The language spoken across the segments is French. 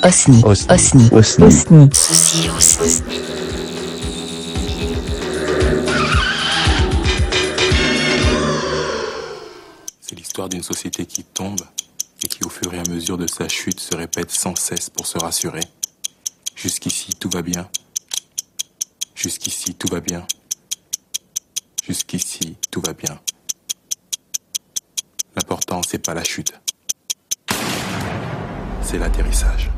Osni. Osni. Ceci est Osni. C'est l'histoire d'une société qui tombe et qui, au fur et à mesure de sa chute, se répète sans cesse pour se rassurer. Jusqu'ici, tout va bien. Jusqu'ici, tout va bien. Jusqu'ici, tout va bien. L'important, c'est pas la chute. C'est l'atterrissage.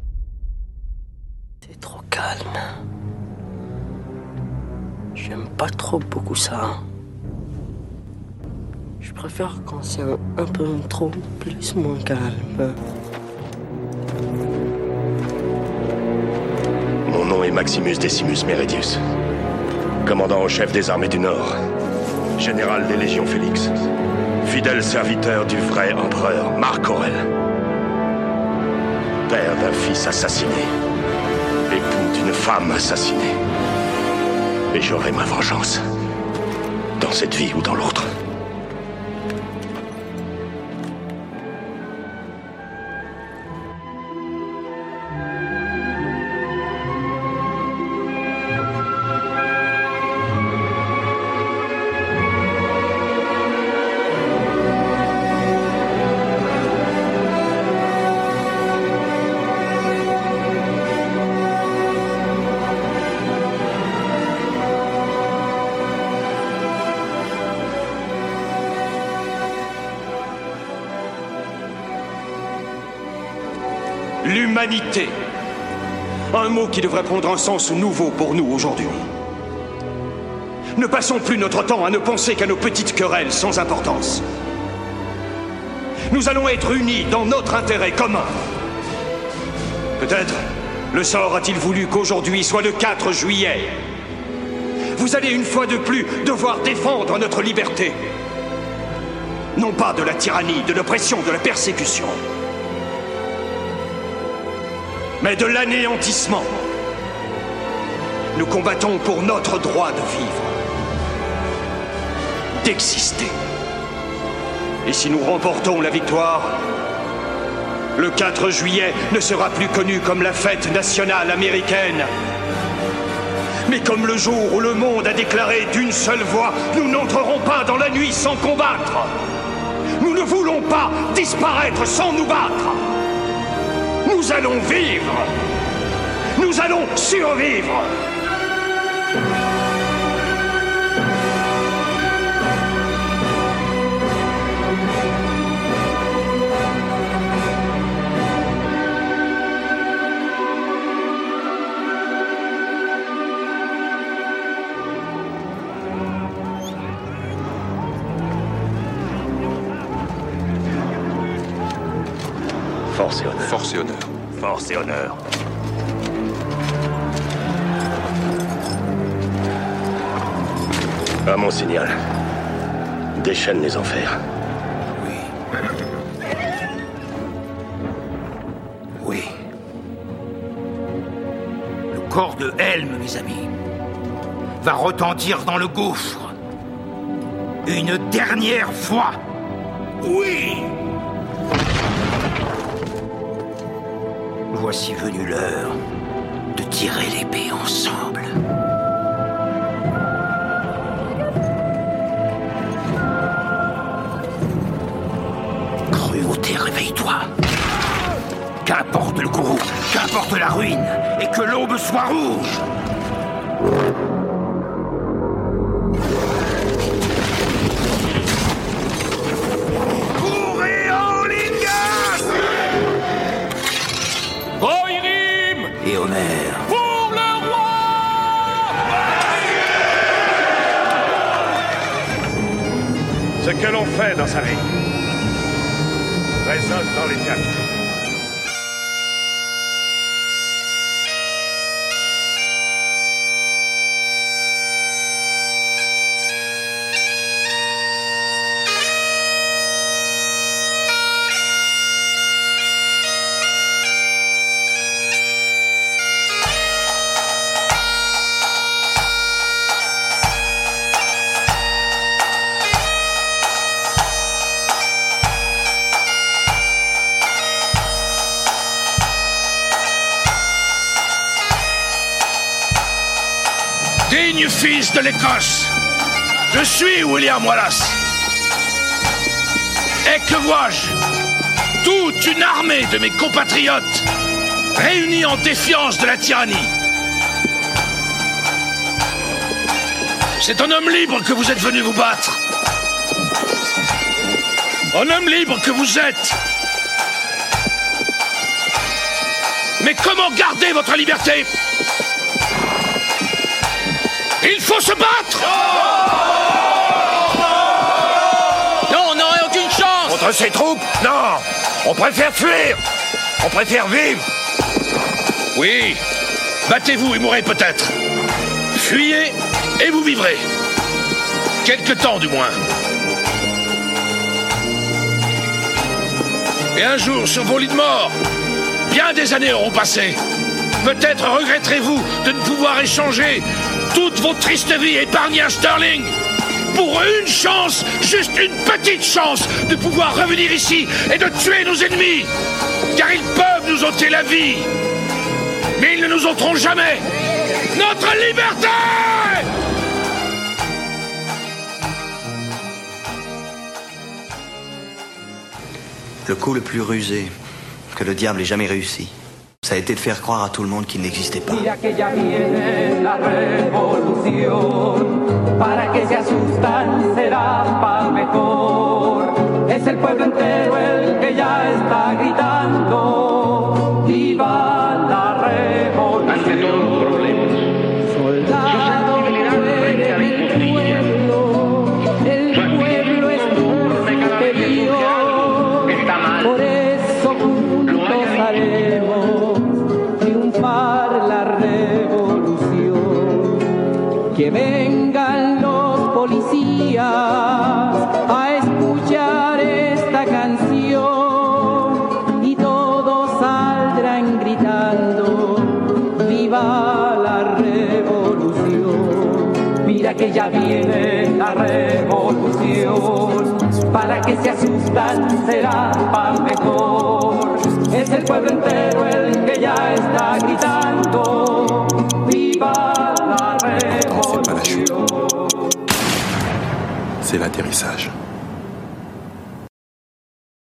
C'est trop calme. J'aime pas trop beaucoup ça. Je préfère quand c'est un peu trop plus moins calme. Mon nom est Maximus Decimus Meridius, commandant en chef des armées du Nord, général des légions Félix, fidèle serviteur du vrai empereur Marc Aurèle, père d'un fils assassiné, époux d'une femme assassinée. Et j'aurai ma vengeance, dans cette vie ou dans l'autre. L'humanité. Un mot qui devrait prendre un sens nouveau pour nous aujourd'hui. Ne passons plus notre temps à ne penser qu'à nos petites querelles sans importance. Nous allons être unis dans notre intérêt commun. Peut-être le sort a-t-il voulu qu'aujourd'hui soit le 4 juillet. Vous allez une fois de plus devoir défendre notre liberté. Non pas de la tyrannie, de l'oppression, de la persécution, mais de l'anéantissement. Nous combattons pour notre droit de vivre, d'exister. Et si nous remportons la victoire, le 4 juillet ne sera plus connu comme la fête nationale américaine, mais comme le jour où le monde a déclaré d'une seule voix: nous n'entrerons pas dans la nuit sans combattre. Nous ne voulons pas disparaître sans nous battre. Nous allons vivre. Nous allons survivre. Force et honneur. Force et honneur. Force et honneur. À mon signal, déchaîne les enfers. Oui. Le corps de Helm, mes amis, va retentir dans le gouffre. Une dernière fois. Oui! Voici venue l'heure de tirer l'épée ensemble. Cruauté, réveille-toi. Qu'importe le courroux, qu'importe la ruine, et que l'aube soit rouge. Et Homer. Pour le roi! Ce que l'on fait dans sa vie résonne dans l'éternité. digne fils de l'Écosse. Je suis William Wallace. Et que vois-je? Toute une armée de mes compatriotes réunis en défiance de la tyrannie. C'est en homme libre que vous êtes venu vous battre. En homme libre que vous êtes. Mais comment garder votre liberté? Il faut se battre! Non, on n'aurait aucune chance! Contre ces troupes? Non! On préfère fuir! On préfère vivre! Oui, battez-vous et mourrez peut-être. Fuyez et vous vivrez. Quelque temps du moins. Et un jour, sur vos lits de mort, bien des années auront passé. Peut-être regretterez-vous de ne pouvoir échanger toute votre triste vie épargnée à Sterling pour une chance, juste une petite chance, de pouvoir revenir ici et de tuer nos ennemis. Car ils peuvent nous ôter la vie, mais ils ne nous ôteront jamais notre liberté! Le coup le plus rusé que le diable ait jamais réussi, ça a été de faire croire à tout le monde qu'il n'existait pas. Mira que ya viene la revolución, para que se asustan será para mejor. Es el pueblo entero el que ya está gritando, viva la revolución. Ante todos los problemas, soldado frente a la injusticia, el pueblo es tu superior, por eso juntos haremos triunfar la revolución. Que vengan los policías a escuchar esta canción y todos saldrán gritando viva la revolución. Mira que ya viene la revolución, para que se asustan será para mejor. Es el pueblo entero el que ya está gritando viva la revolution. C'est l'atterrissage.